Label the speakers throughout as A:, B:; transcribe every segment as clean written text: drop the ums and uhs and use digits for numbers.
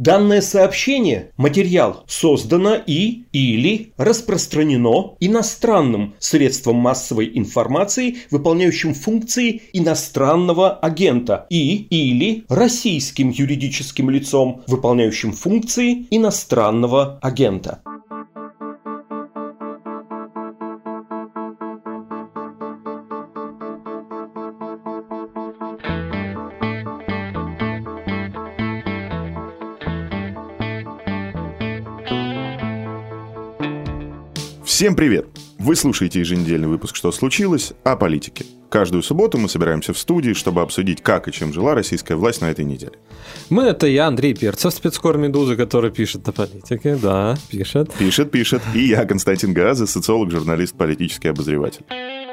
A: Данное сообщение, материал, создано или распространено иностранным средством массовой информации, выполняющим функции иностранного агента, или российским юридическим лицом, выполняющим функции иностранного агента.
B: Всем привет! Вы слушаете еженедельный выпуск «Что случилось?» о политике. Каждую субботу мы собираемся в студии, чтобы обсудить, как и чем жила российская власть на этой неделе.
C: Мы — это я, Андрей Перцев, спецкор «Медузы», который пишет о политике. Да, пишет.
B: Пишет. И я, Константин Газы, социолог, журналист, политический обозреватель.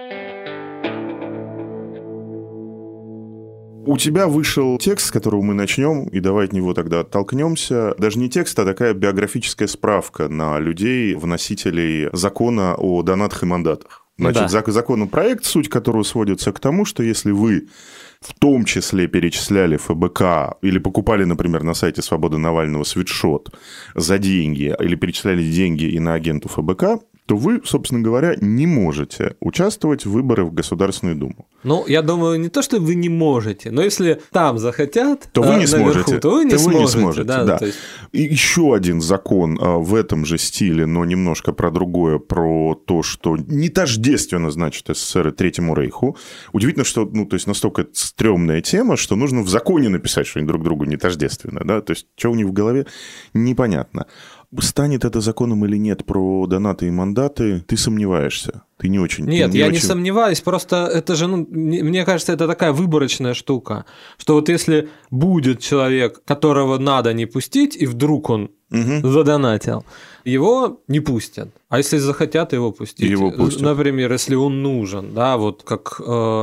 B: У тебя вышел текст, с которого мы начнем, и давай от него тогда оттолкнемся. Даже не текст, а такая биографическая справка на людей, вносителей закона о донатах и мандатах. Значит, законопроект, суть которого сводится к тому, что если вы в том числе перечисляли ФБК или покупали, например, на сайте «Свободы Навального» свитшот за деньги или перечисляли деньги иноагенту ФБК, то вы, собственно говоря, не можете участвовать в выборах в Государственную Думу.
C: Ну, я думаю, не то, что вы не можете, но если там захотят,
B: то вы не
C: наверху,
B: сможете.
C: То вы не сможете. Да.
B: То есть... И еще один закон в этом же стиле, но немножко про другое, про то, что не тождественно, значит, СССР и Третьему Рейху. Удивительно, что, то есть, настолько стрёмная тема, что нужно в законе написать, что они друг другу не тождественны, да, то есть, что у них в голове, непонятно. Станет это законом или нет про донаты и мандаты, ты сомневаешься? Ты не очень...
C: Нет, я не сомневаюсь, просто это же, мне кажется, это такая выборочная штука, что вот если будет человек, которого надо не пустить, и вдруг он задонатил, его его А если захотят его пустить?
B: Его пустят.
C: Например, если он нужен, да, вот как...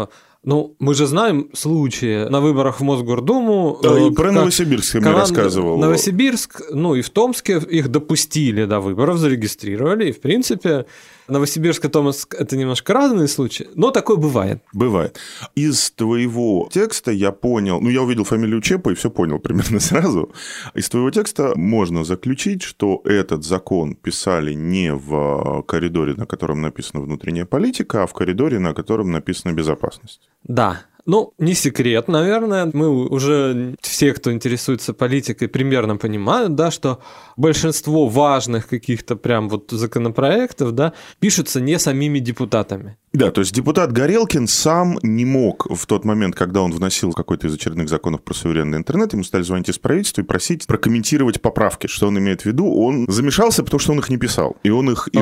C: мы же знаем случаи на выборах в Мосгордуму.
B: Про Новосибирск ты мне рассказывал.
C: Новосибирск, и в Томске их допустили до выборов, зарегистрировали, и, в принципе, Новосибирск и Томск – это немножко разные случаи, но такое бывает.
B: Бывает. Из твоего текста я понял, я увидел фамилию Чепа и все понял примерно сразу. Из твоего текста можно заключить, что этот закон писали не в коридоре, на котором написана внутренняя политика, а в коридоре, на котором написана безопасность.
C: Да. Не секрет, наверное. Мы уже все, кто интересуется политикой, примерно понимают, да, что большинство важных каких-то прям законопроектов, да, пишутся не самими депутатами.
B: Да, то есть депутат Горелкин сам не мог в тот момент, когда он вносил какой-то из очередных законов про суверенный интернет, ему стали звонить из правительства и просить прокомментировать поправки, что он имеет в виду. Он замешался, потому что он их не писал, и он их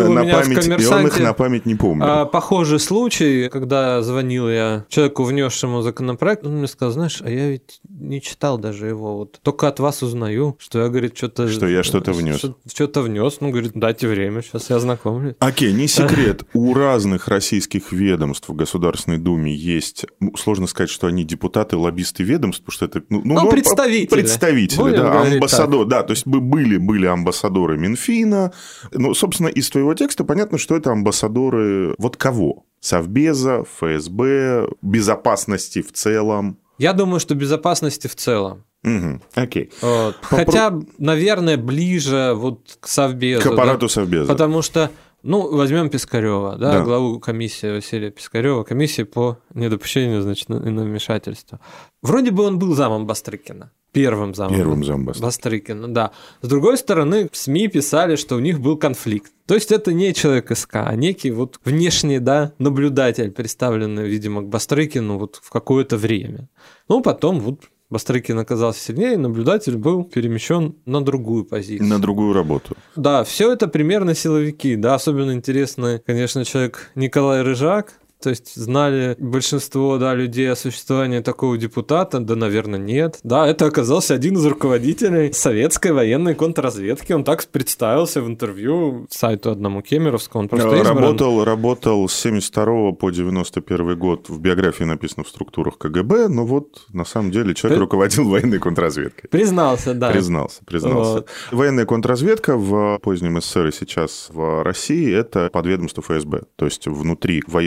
B: на память не помнил.
C: Похожий случай, когда звонил я человеку, внесшему законопроект, он мне сказал: знаешь, а я ведь не читал даже его, только от вас узнаю, что я, говорит, что-то внес. Что-то внес, говорит, дайте время, сейчас я ознакомлюсь.
B: Окей, не секрет, у разных российских ведомств в Государственной Думе есть, сложно сказать, что они депутаты, лоббисты ведомств, потому что это... Представители, да, амбассадоры, да, то есть были амбассадоры Минфина, собственно, из твоего текста понятно, что это амбассадоры кого? Совбеза, ФСБ, безопасности в целом?
C: Я думаю, что безопасности в целом.
B: Окей.
C: Хотя, наверное, ближе к Совбезу.
B: К аппарату Совбеза.
C: Потому что, возьмем Пискарёва, главу комиссии Василия Пискарёва, комиссии по недопущению, иного вмешательства. Вроде бы он был замом Бастрыкина. Первым замом Бастрыкина, да. С другой стороны, в СМИ писали, что у них был конфликт. То есть это не человек СК, а некий внешний, наблюдатель, представленный, видимо, к Бастрыкину в какое-то время. Потом Бастрыкин оказался сильнее, и наблюдатель был перемещен на другую позицию.
B: На другую работу.
C: Да, все это примерно силовики. Да, особенно интересный, конечно, человек Николай Рыжак. То есть знали большинство людей о существовании такого депутата? Да, наверное, нет. Да, это оказался один из руководителей советской военной контрразведки. Он так представился в интервью сайту одному кемеровскому. Он просто
B: работал с 72 по 91 год. В биографии написано в структурах КГБ, но на самом деле человек руководил военной контрразведкой.
C: Признался, да.
B: Признался. Военная контрразведка в позднем СССР и сейчас в России – это подведомство ФСБ. То есть внутри военных частей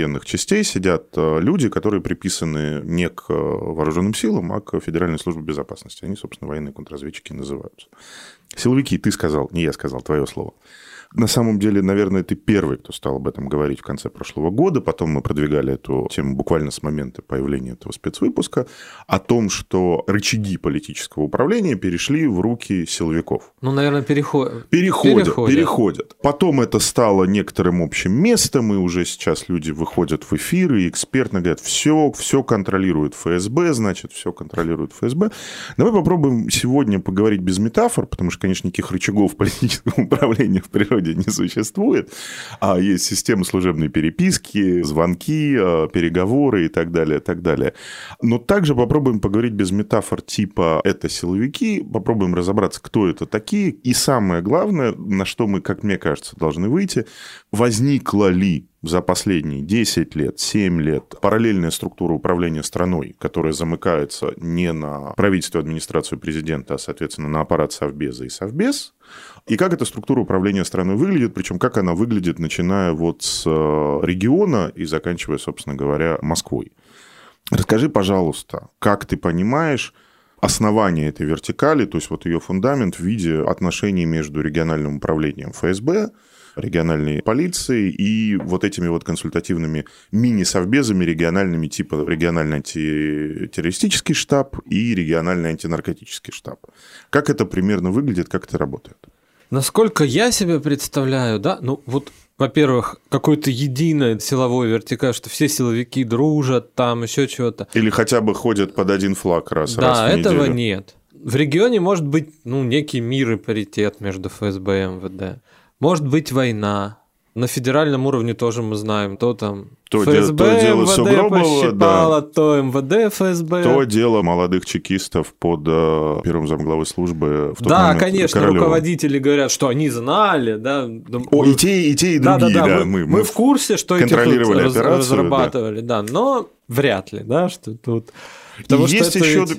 B: властей сидят люди, которые приписаны не к вооруженным силам, а к Федеральной службе безопасности. Они, собственно, военные контрразведчики называются. Силовики, ты сказал, не я сказал, твое слово. На самом деле, наверное, ты первый, кто стал об этом говорить в конце прошлого года. Потом мы продвигали эту тему буквально с момента появления этого спецвыпуска. О том, что рычаги политического управления перешли в руки силовиков.
C: Ну, наверное,
B: переходят. Потом это стало некоторым общим местом, и уже сейчас люди выходят в эфиры и экспертно говорят, все контролирует ФСБ, значит, все контролирует ФСБ. Давай попробуем сегодня поговорить без метафор, потому что, конечно, никаких рычагов политического управления в природе не существует, а есть система служебной переписки, звонки, переговоры и так далее, так далее. Но также попробуем поговорить без метафор типа «это силовики», попробуем разобраться, кто это такие, и самое главное, на что мы, как мне кажется, должны выйти, возникла ли за последние 10 лет, 7 лет параллельная структура управления страной, которая замыкается не на правительство, администрацию президента, а, соответственно, на аппарат Совбеза и Совбез, и как эта структура управления страной выглядит, причем как она выглядит, начиная вот с региона и заканчивая, собственно говоря, Москвой. Расскажи, пожалуйста, как ты понимаешь основание этой вертикали, то есть вот ее фундамент в виде отношений между региональным управлением ФСБ, региональной полицией и вот этими вот консультативными мини-совбезами региональными, типа региональный антитеррористический штаб и региональный антинаркотический штаб. Как это примерно выглядит, как это работает?
C: Насколько я себе представляю, да, ну вот, во-первых, какой-то единый силовой вертикаль, что все силовики дружат, там еще чего-то.
B: Или хотя бы ходят под один флаг раз в неделю.
C: Да, этого нет. В регионе может быть, ну, некий мир и паритет между ФСБ и МВД. Может быть война. На федеральном уровне тоже мы знаем, то там
B: то
C: ФСБ,
B: дело
C: МВД
B: Сугробова,
C: посчитало,
B: да.
C: то МВД, ФСБ.
B: То дело молодых чекистов под первым замглавы службы в тот
C: да,
B: момент
C: конечно,
B: Королёва.
C: Руководители говорят, что они знали, да.
B: И те, и другие, да.
C: Мы в курсе, что эти разрабатывали, да, но вряд ли, да, что тут...
B: Есть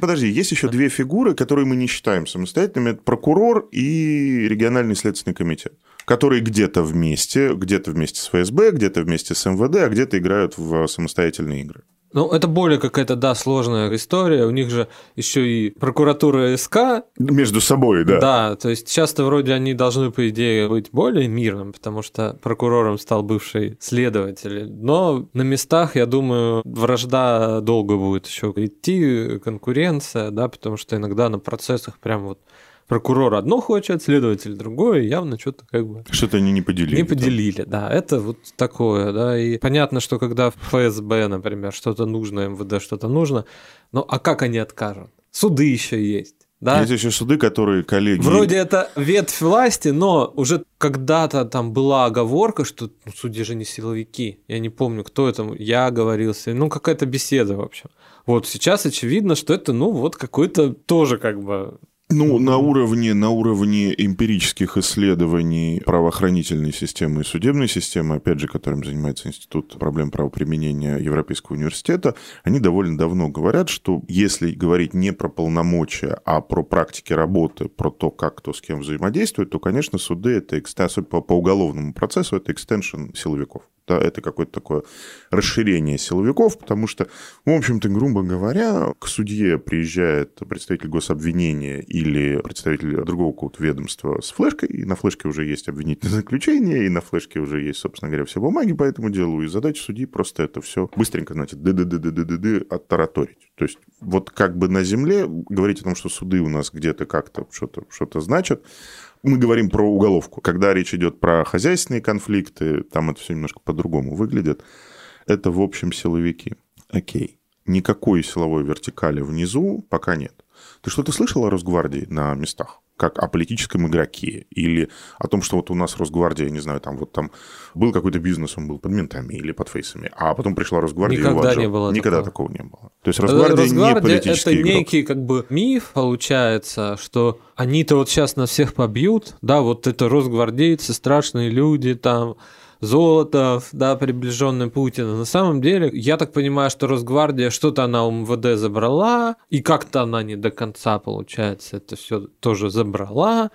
B: еще две фигуры, которые мы не считаем самостоятельными. Это прокурор и региональный следственный комитет, которые где-то вместе с ФСБ, где-то вместе с МВД, а где-то играют в самостоятельные игры.
C: Ну, это более какая-то, да, сложная история. У них же еще и прокуратура СК.
B: Между собой, да.
C: Да, то есть часто вроде они должны, по идее, быть более мирным, потому что прокурором стал бывший следователь. Но на местах, я думаю, вражда долго будет еще идти, конкуренция, да, потому что иногда на процессах прям вот прокурор одно хочет, следователь другое, явно что-то как бы...
B: Что-то они не поделили.
C: Не поделили, да. Это вот такое, да. И понятно, что когда в ФСБ, например, что-то нужно, МВД что-то нужно, ну а как они откажут? Суды еще есть. Да?
B: Есть еще суды, которые коллеги...
C: Вроде это ветвь власти, но уже когда-то там была оговорка, что судьи же не силовики. Я не помню, кто это, я говорил, ну какая-то беседа, в общем. Вот сейчас очевидно, что это, ну вот какой-то тоже как бы...
B: Ну, на уровне эмпирических исследований правоохранительной системы и судебной системы, опять же, которым занимается Институт проблем правоприменения Европейского университета, они довольно давно говорят, что если говорить не про полномочия, а про практики работы, про то, как кто с кем взаимодействует, то, конечно, суды, это особенно по уголовному процессу, это экстеншн силовиков. Да, это какое-то такое расширение силовиков, потому что, в общем-то, грубо говоря, к судье приезжает представитель гособвинения или представитель другого какого-то ведомства с флешкой, и на флешке уже есть обвинительное заключение, и на флешке уже есть, собственно говоря, все бумаги по этому делу, и задача судьи просто это все быстренько, значит, оттараторить. То есть вот как бы на земле говорить о том, что суды у нас где-то как-то что-то значат, мы говорим про уголовку. Когда речь идет про хозяйственные конфликты, там это все немножко по-другому выглядит. Это, в общем, силовики. Окей. Никакой силовой вертикали внизу пока нет. Ты что-то слышал о Росгвардии на местах? Как о политическом игроке? Или о том, что вот у нас Росгвардия, я не знаю, там вот там был какой-то бизнес, он был под ментами или под фейсами, а потом пришла Росгвардия
C: Никогда
B: и его отжала.
C: не было
B: Никогда
C: такого
B: не было. То есть Росгвардия не политический
C: это
B: игрок.
C: некий как бы миф получается, что они-то вот сейчас нас всех побьют, да, вот это росгвардейцы, страшные люди там, Золотов, да, приближенный Путина. На самом деле, я так понимаю, что Росгвардия что-то она у МВД забрала, и как-то она не до конца, получается, это все тоже забрала,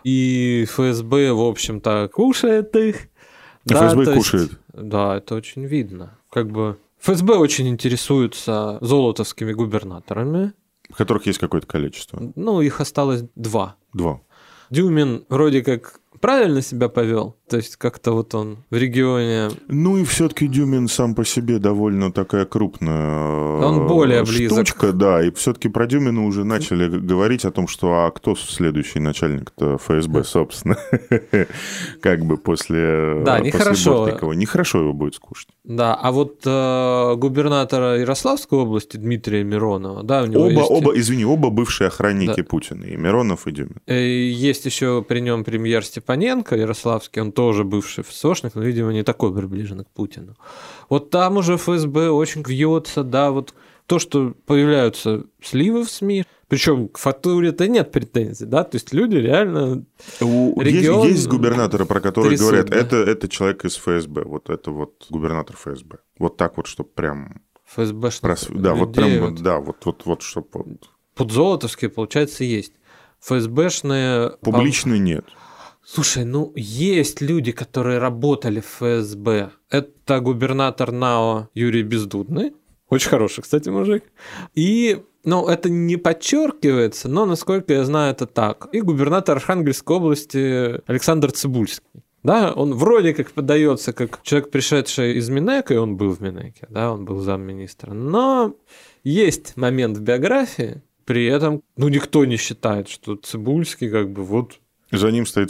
C: и ФСБ, в общем-то, кушает их.
B: Да, ФСБ кушает.
C: Да, это очень видно. Как бы ФСБ очень интересуется золотовскими губернаторами.
B: В которых есть какое-то количество.
C: Ну, их осталось 2.
B: 2.
C: Дюмин вроде как правильно себя повел, то есть как-то вот он в регионе...
B: Ну и все-таки Дюмин сам по себе довольно такая крупная
C: он более
B: штучка,
C: близок.
B: Да, и все-таки про Дюмина уже начали говорить о том, что а кто следующий начальник-то ФСБ, собственно, как бы после Бортникова. Нехорошо его будет скушать.
C: Да, а вот губернатора Ярославской области Дмитрия Миронова, да, у него
B: оба бывшие охранники Путина, и Миронов, и Дюмин.
C: Есть еще при нем премьер Степаненко, Ярославский, он тоже бывший ФСОшник, но, видимо, не такой приближенный к Путину. Вот там уже ФСБ очень вьется, да, вот то, что появляются сливы в СМИ, причем к фактуре-то нет претензий, да, то есть люди реально...
B: Есть губернаторы, про которые говорят, да? это человек из ФСБ, вот это вот губернатор ФСБ. Вот так вот, чтобы прям...
C: ФСБшных
B: да, вот прям, да, вот чтобы...
C: Подзолотовские, получается, есть. ФСБшные...
B: Публичные нет.
C: Слушай, ну есть люди, которые работали в ФСБ. Это губернатор НАО Юрий Бездудный. Очень хороший, кстати, мужик. И, ну, это не подчеркивается, но, насколько я знаю, это так. И губернатор Архангельской области Александр Цибульский. Да, он вроде как подается как человек, пришедший из Минэка, и он был в Минэке, да, он был замминистра. Но есть момент в биографии, при этом, ну, никто не считает, что Цибульский как бы вот...
B: За ним стоит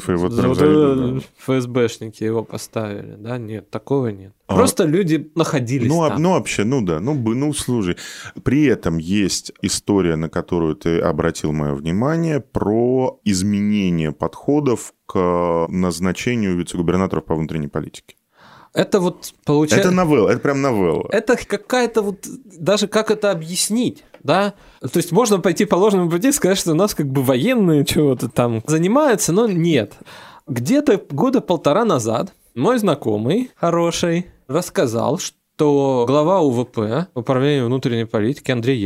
C: ФСБшники его поставили, да? Нет, такого нет. Просто люди находились там.
B: Ну, вообще, ну да, ну, слушай. При этом есть история, на которую ты обратил мое внимание, про изменение подходов к назначению вице-губернаторов по внутренней политике.
C: Это вот получается...
B: Это новелла, это прям новелла.
C: Это какая-то вот... Даже как это объяснить, да? То есть можно пойти по ложному пути и сказать, что у нас как бы военные чего-то там занимаются, но нет. Где-то 1.5 года назад мой знакомый хороший рассказал, что глава УВП, Управления внутренней политики, Андрей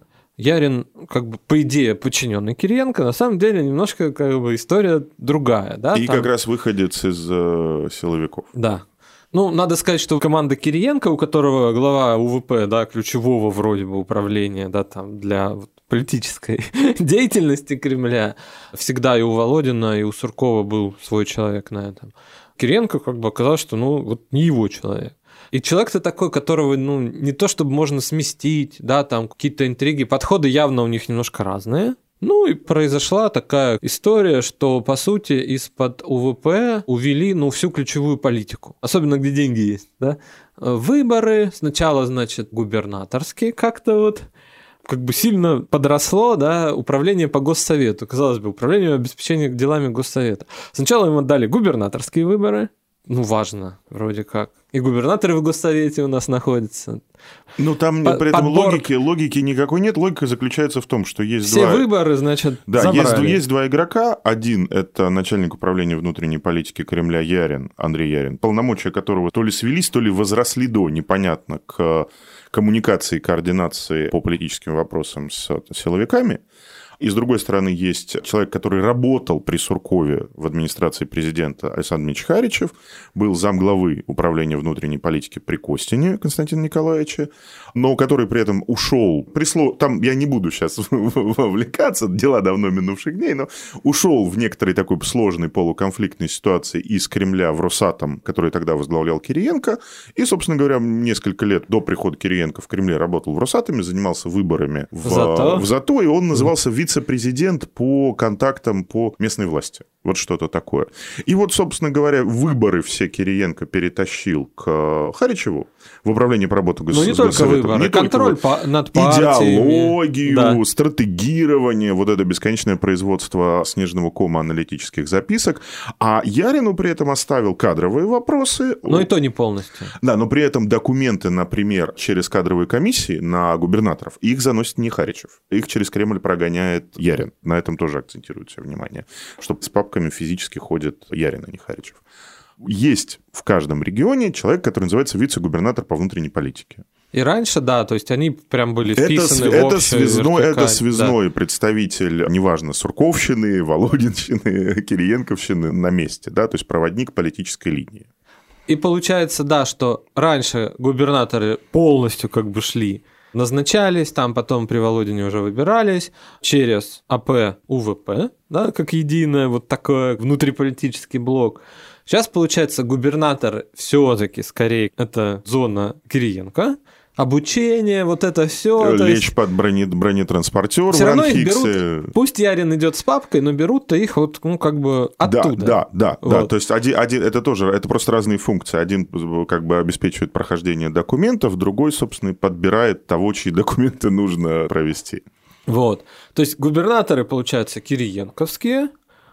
C: Ярин, как бы, по идее, подчиненный Кириенко, на самом деле немножко как бы история другая, да?
B: И там... как раз выходец из силовиков.
C: Да. Ну, надо сказать, что команда Кириенко, у которого глава УВП, да, ключевого вроде бы управления, да, там, для политической деятельности Кремля, всегда и у Володина, и у Суркова был свой человек на этом. Кириенко как бы оказалось, что, ну, вот не его человек. И человек-то такой, которого, ну, не то чтобы можно сместить, да, там, какие-то интриги, подходы явно у них немножко разные. Ну и произошла такая история, что, по сути, из-под УВП увели, ну, всю ключевую политику. Особенно, где деньги есть, да. Выборы, сначала, значит, губернаторские как-то вот, как бы сильно подросло, да, управление по Госсовету. Казалось бы, управление обеспечения делами Госсовета. Сначала им отдали губернаторские выборы. Ну, важно, вроде как. И губернаторы в Госсовете у нас находятся.
B: Ну, там при этом логики никакой нет. Логика заключается в том, что есть
C: все выборы, значит,
B: забрали. Есть 2 игрока. Один – это начальник управления внутренней политики Кремля Андрей Ярин, полномочия которого то ли свелись, то ли возросли до, непонятно, к коммуникации и координации по политическим вопросам с силовиками. И, с другой стороны, есть человек, который работал при Суркове в администрации президента, Александр Дмитриевич Харичев, был замглавы управления внутренней политики при Костине Константина Николаевича, но который при этом ушел, там я не буду сейчас вовлекаться, дела давно минувших дней, но ушел в некоторой такой сложной полуконфликтной ситуации из Кремля в Росатом, который тогда возглавлял Кириенко, и, собственно говоря, несколько лет до прихода Кириенко в Кремле работал в Росатоме, занимался выборами в ЗАТО, и он назывался вице-президент по контактам по местной власти. Вот что-то такое. И вот, собственно говоря, выборы все Кириенко перетащил к Харичеву в управление по работе государства.
C: Ну, не только выборы, контроль над партиями.
B: Идеологию, да. Стратегирование, вот это бесконечное производство снежного кома аналитических записок. А Ярину при этом оставил кадровые вопросы.
C: Но и то не полностью.
B: Да, но при этом документы, например, через кадровые комиссии на губернаторов, их заносит не Харичев. Их через Кремль прогоняет Ярин. На этом тоже акцентируется внимание. Чтобы с папками физически ходит Ярин, а не Харичев. Есть в каждом регионе человек, который называется вице-губернатор по внутренней политике.
C: И раньше, да, то есть они прям были вписаны в общую
B: это связной представитель, неважно, Сурковщины, Володинщины, Кириенковщины на месте, да, то есть проводник политической линии.
C: И получается, да, что раньше губернаторы полностью как бы шли, назначались, там потом при Володине уже выбирались через АП, УВП, да, как единое вот такой внутриполитический блок. Сейчас, получается, губернатор все-таки скорее это зона Кириенко, обучение, вот это все.
B: Лечь под бронетранспортер.
C: Все равно их берут, пусть Ярин идет с папкой, но берут-то их вот, ну, как бы оттуда.
B: Да. То есть один это тоже, это просто разные функции. Один как бы обеспечивает прохождение документов, другой, собственно, подбирает того, чьи документы нужно провести.
C: Вот. То есть губернаторы, получаются, кириенковские.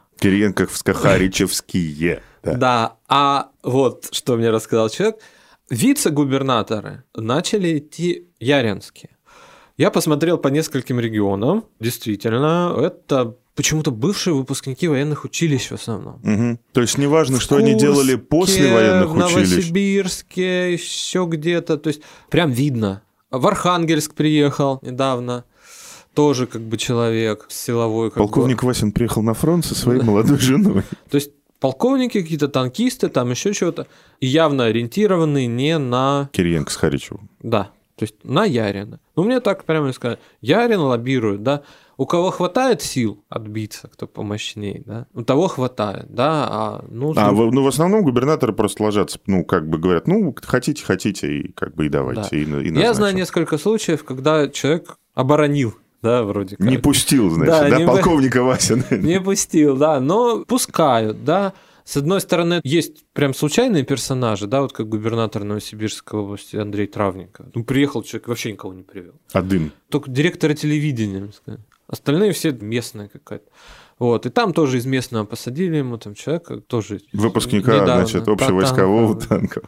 B: Кириенковско-харичевские.
C: Да, а вот что мне рассказал человек, вице-губернаторы начали идти яринские. Я посмотрел по нескольким регионам. Действительно, это почему-то бывшие выпускники военных училищ в основном.
B: Угу. То есть неважно, что они делали после военных училищ.
C: В Новосибирске, еще где-то. То есть прям видно. В Архангельск приехал недавно. Тоже как бы человек силовой.
B: Полковник Васин приехал на фронт со своей молодой женой.
C: То есть полковники, какие-то танкисты, там еще что-то, и явно ориентированные не на...
B: Кириенко с Харичевым.
C: Да, то есть на Ярина. Ну, мне так прямо сказать. Ярин лоббирует, да. У кого хватает сил отбиться, кто помощнее, да, у того хватает, да.
B: В основном губернаторы просто ложатся, ну, как бы говорят, ну, хотите, и как бы и давайте, да. и
C: Я знаю несколько случаев, когда человек оборонил, да, вроде как.
B: Не пустил, значит, да, полковника Васина.
C: Не пустил, да, но пускают, да. С одной стороны, есть прям случайные персонажи, да, вот как губернатор Новосибирской области Андрей Травников. Ну, приехал человек, вообще никого не привел.
B: Один.
C: Только директора телевидения, сказать. Остальные все местные какая-то. Вот, и там тоже из местного посадили ему, там человека тоже...
B: Выпускника, недавно, значит, общевойскового танка.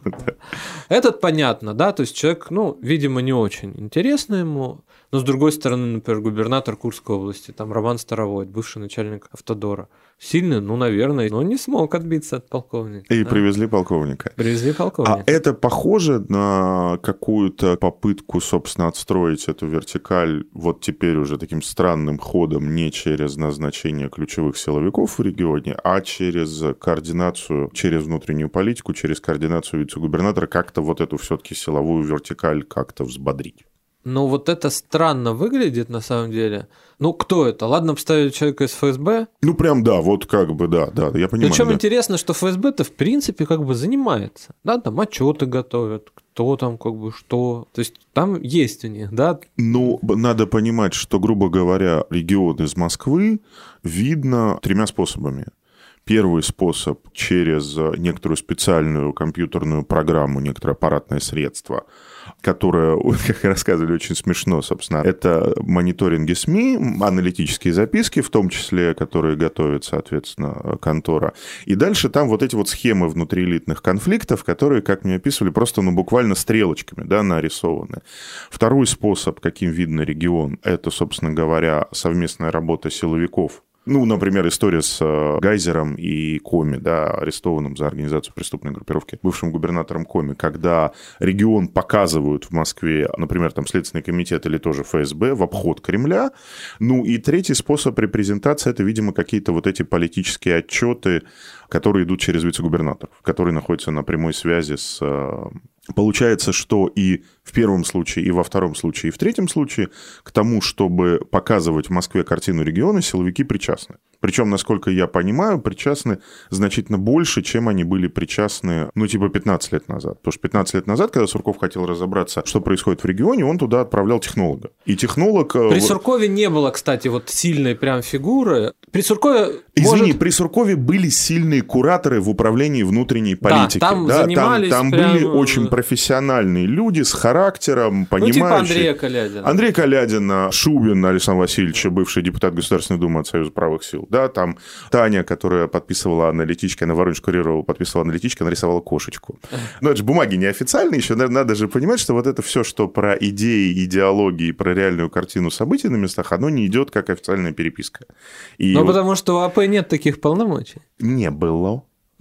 C: Этот понятно, да, то есть человек, ну, видимо, не очень интересно ему, но с другой стороны, например, губернатор Курской области, там Роман Старовой, бывший начальник Автодора. Сильный, ну, наверное, но не смог отбиться от полковника.
B: И да. Привезли полковника.
C: Привезли полковника.
B: А это похоже на какую-то попытку, собственно, отстроить эту вертикаль вот теперь уже таким странным ходом не через назначение ключевых силовиков в регионе, а через координацию, через внутреннюю политику, через координацию вице-губернатора как-то вот эту все-таки силовую вертикаль как-то взбодрить?
C: Ну, вот это странно выглядит на самом деле. Ну, кто это? Ладно, поставили человека из ФСБ.
B: Ну, прям да, вот как бы, да, я понимаю.
C: Причем
B: да.
C: интересно, что ФСБ-то, в принципе, как бы занимается. Да, там отчеты готовят, кто там, как бы, что. То есть там есть у них, да.
B: Ну, надо понимать, что, грубо говоря, регион из Москвы видно 3 способами. Первый способ через некоторую специальную компьютерную программу, некоторое аппаратное средство, которое, как рассказывали, очень смешно, собственно, это мониторинги СМИ, аналитические записки, в том числе, которые готовит, соответственно, контора. И дальше там вот эти вот схемы внутриэлитных конфликтов, которые, как мне описывали, просто, ну, буквально стрелочками, да, нарисованы. Второй способ, каким видно регион, это, собственно говоря, совместная работа силовиков. Ну, например, история с Гайзером и Коми, да, арестованным за организацию преступной группировки, бывшим губернатором Коми, когда регион показывают в Москве, например, там Следственный комитет или тоже ФСБ в обход Кремля. Ну, и третий способ репрезентации – это, видимо, какие-то вот эти политические отчеты, которые идут через вице-губернаторов, которые находятся на прямой связи с... Получается, что и в первом случае, и во втором случае, и в третьем случае к тому, чтобы показывать в Москве картину региона, силовики причастны. Причем, насколько я понимаю, причастны значительно больше, чем они были причастны, 15 лет назад. Потому что 15 лет назад, когда Сурков хотел разобраться, что происходит в регионе, он туда отправлял технолога. И технолог...
C: При Суркове не было, кстати, вот сильной прям фигуры. При Суркове...
B: При Суркове были сильные кураторы в управлении внутренней политики.
C: Там занимались
B: там
C: прям...
B: были очень профессиональные люди с характером, понимающие.
C: Типа Андрея Калядина.
B: Андрей Калядин, Шубин Александр Васильевич, бывший депутат Государственной Думы от Союза правых сил. Да, там Таня, которая подписывала аналитичка, на Воронеж Курирову подписывала аналитичка, нарисовала кошечку. Но это же бумаги неофициальные еще. Надо же понимать, что вот это все, что про идеи, идеологии, про реальную картину событий на местах, оно не идет как официальная переписка.
C: Потому что у АП нет таких полномочий.
B: Не было.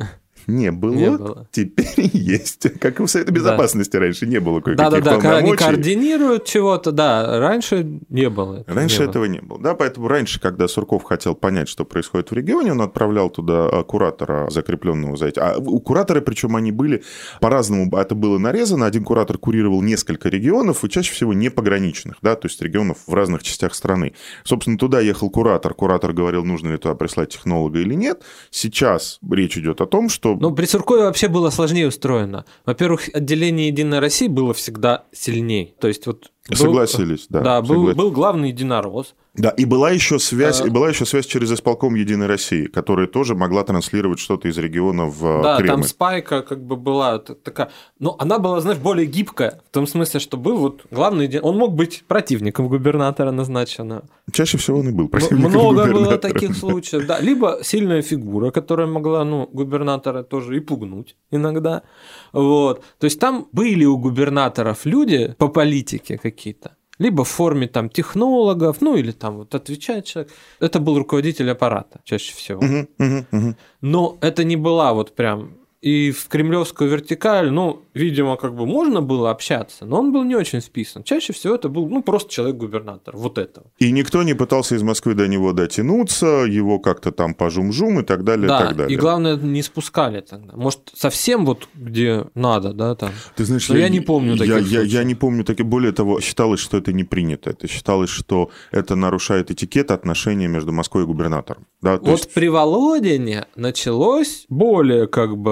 B: не было. Теперь есть. Как и в Совете Безопасности раньше не было кое-каких полномочий.
C: Когда они координируют чего-то, раньше не было.
B: Раньше этого не было. Да, поэтому раньше, когда Сурков хотел понять, что происходит в регионе, он отправлял туда куратора, закрепленного за этим. А у кураторы, причем они были по-разному, это было нарезано. Один куратор курировал несколько регионов, и чаще всего не пограничных, да, то есть регионов в разных частях страны. Собственно, туда ехал куратор говорил, нужно ли туда прислать технолога или нет. Сейчас речь идет о том, что...
C: При Суркове вообще было сложнее устроено. Во-первых, отделение «Единой России» было всегда сильнее. То есть
B: согласились, да.
C: Да, был главный единорос.
B: Да, и была еще связь через исполком «Единой России», которая тоже могла транслировать что-то из региона в Кремль.
C: Да, там спайка была такая... Но она была, более гибкая, в том смысле, что был главный... Он мог быть противником губернатора назначенного.
B: Чаще всего он и был противником губернатора.
C: Много было таких случаев, да. Либо сильная фигура, которая могла, губернатора тоже и пугнуть иногда. То есть там были у губернаторов люди по политике какие-то. Либо в форме технологов, или отвечает человек. Это был руководитель аппарата чаще всего. Но это не была прям... И в кремлевскую вертикаль, видимо, можно было общаться, но он был не очень вписан. Чаще всего это был, просто человек-губернатор, этого.
B: И никто не пытался из Москвы до него дотянуться, его как-то там пожум-жум и так далее,
C: да,
B: и так далее.
C: И главное, не спускали тогда. Может, совсем где надо, да, там.
B: Ты знаешь,
C: но я не помню таких случаев.
B: Я не помню таких. Более того, считалось, что это не принято. Это считалось, что это нарушает этикет отношения между Москвой и губернатором. Да?
C: При Володине началось более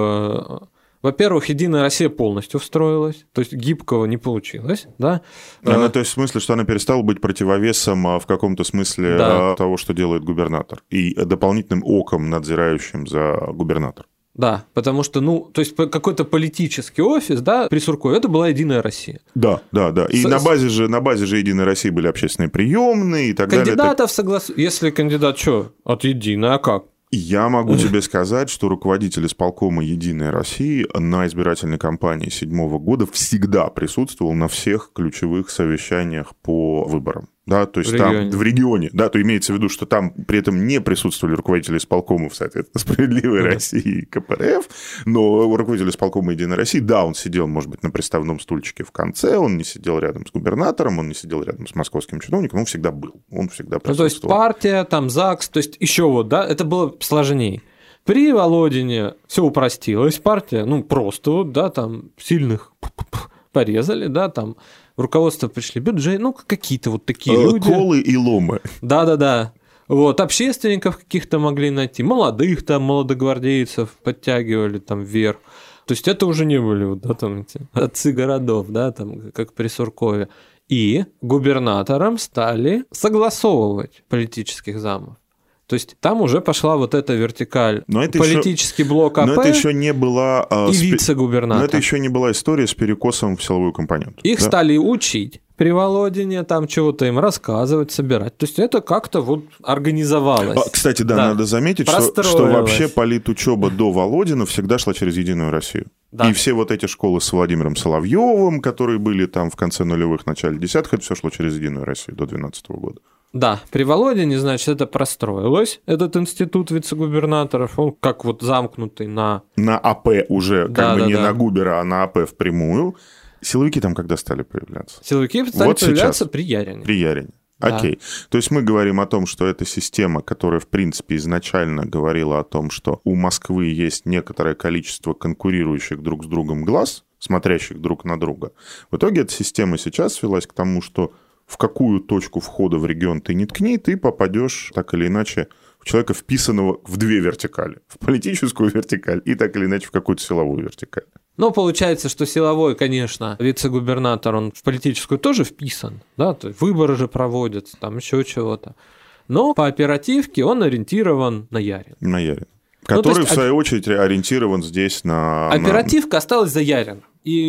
C: Во-первых, «Единая Россия» полностью встроилась, то есть гибкого не получилось, да?
B: То есть в смысле, что она перестала быть противовесом в каком-то смысле того, что делает губернатор, и дополнительным оком, надзирающим за губернатором.
C: Да, потому что, то есть какой-то политический офис, да, при Суркове, это была «Единая Россия».
B: Да. И на базе же «Единой России» были общественные приемные и так далее.
C: Кандидатов Если кандидат от «Единой», а как?
B: Я могу тебе сказать, что руководитель исполкома «Единой России» на избирательной кампании 2007 года всегда присутствовал на всех ключевых совещаниях по выборам. Да, то есть в регионе, да, то имеется в виду, что там при этом не присутствовали руководители исполкомов, соответственно, «Справедливой России» и КПРФ, но руководитель исполкома «Единой России», да, он сидел, может быть, на приставном стульчике в конце, он не сидел рядом с губернатором, он не сидел рядом с московским чиновником, он всегда был, он всегда присутствовал.
C: То есть партия, ЗАГС, то есть еще это было сложнее. При Володине все упростилось, партия, просто, там сильных порезали, там в руководство пришли бюджет, какие-то такие люди.
B: Колы и ломы.
C: Да. Общественников каких-то могли найти, молодых молодогвардейцев подтягивали вверх. То есть это уже не были эти отцы городов, как при Суркове. И губернаторам стали согласовывать политических замов. То есть там уже пошла эта вертикаль, политический блок АП,
B: но это еще не была,
C: и вице-губернатор.
B: Но это еще не была история с перекосом в силовую компоненту.
C: Их стали учить при Володине, чего-то им рассказывать, собирать. То есть это как-то организовалось.
B: Кстати, надо заметить, что вообще политучеба до Володина всегда шла через «Единую Россию». Да. И все эти школы с Владимиром Соловьевым, которые были там в конце нулевых, начале десятых, это все шло через «Единую Россию» до 2012 года.
C: Да, при Володине, это простроилось, этот институт вице-губернаторов, он как замкнутый на...
B: На АП уже, не на губера, а на АП впрямую. Силовики там когда стали появляться?
C: Силовики стали появляться при Ярине.
B: При Ярине. Да. Окей. То есть мы говорим о том, что эта система, которая, в принципе, изначально говорила о том, что у Москвы есть некоторое количество конкурирующих друг с другом глаз, смотрящих друг на друга, в итоге эта система сейчас свелась к тому, что в какую точку входа в регион ты не ткни, ты попадешь так или иначе в человека, вписанного в две вертикали. В политическую вертикаль и так или иначе в какую-то силовую вертикаль.
C: Получается, что силовой, конечно, вице-губернатор, он в политическую тоже вписан, да, то есть выборы же проводятся, еще чего-то. Но по оперативке он ориентирован на Ярин.
B: На Ярин. Который, в свою очередь, ориентирован здесь на...
C: Оперативка осталась за Ярином.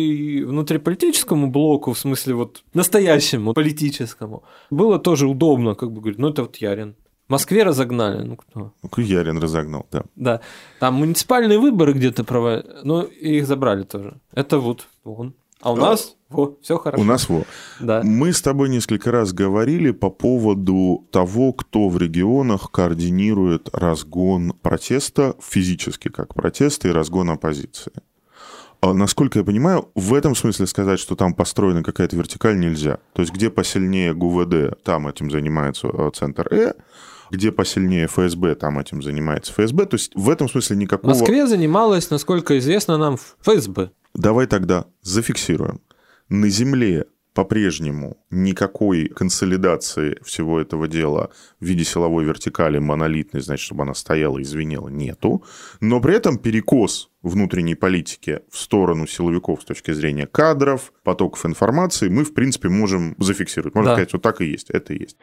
C: И внутриполитическому блоку, в смысле настоящему политическому, было тоже удобно, говорить, это Ярин. В Москве разогнали, кто?
B: Ярин разогнал, да.
C: Да, там муниципальные выборы где-то проводили, их забрали тоже. Это он. А у нас Все хорошо.
B: У нас
C: Да.
B: Мы с тобой несколько раз говорили по поводу того, кто в регионах координирует разгон протеста, физически как протеста, и разгон оппозиции. Насколько я понимаю, в этом смысле сказать, что там построена какая-то вертикаль, нельзя. То есть, где посильнее ГУВД, там этим занимается Центр где посильнее ФСБ, там этим занимается ФСБ. То есть, в этом смысле никакого...
C: В Москве занималась, насколько известно нам, ФСБ.
B: Давай тогда зафиксируем. На земле по-прежнему никакой консолидации всего этого дела в виде силовой вертикали монолитной, значит, чтобы она стояла и звенела, нету. Но при этом перекос внутренней политики в сторону силовиков с точки зрения кадров, потоков информации мы, в принципе, можем зафиксировать. Можно сказать, вот так и есть, это и есть.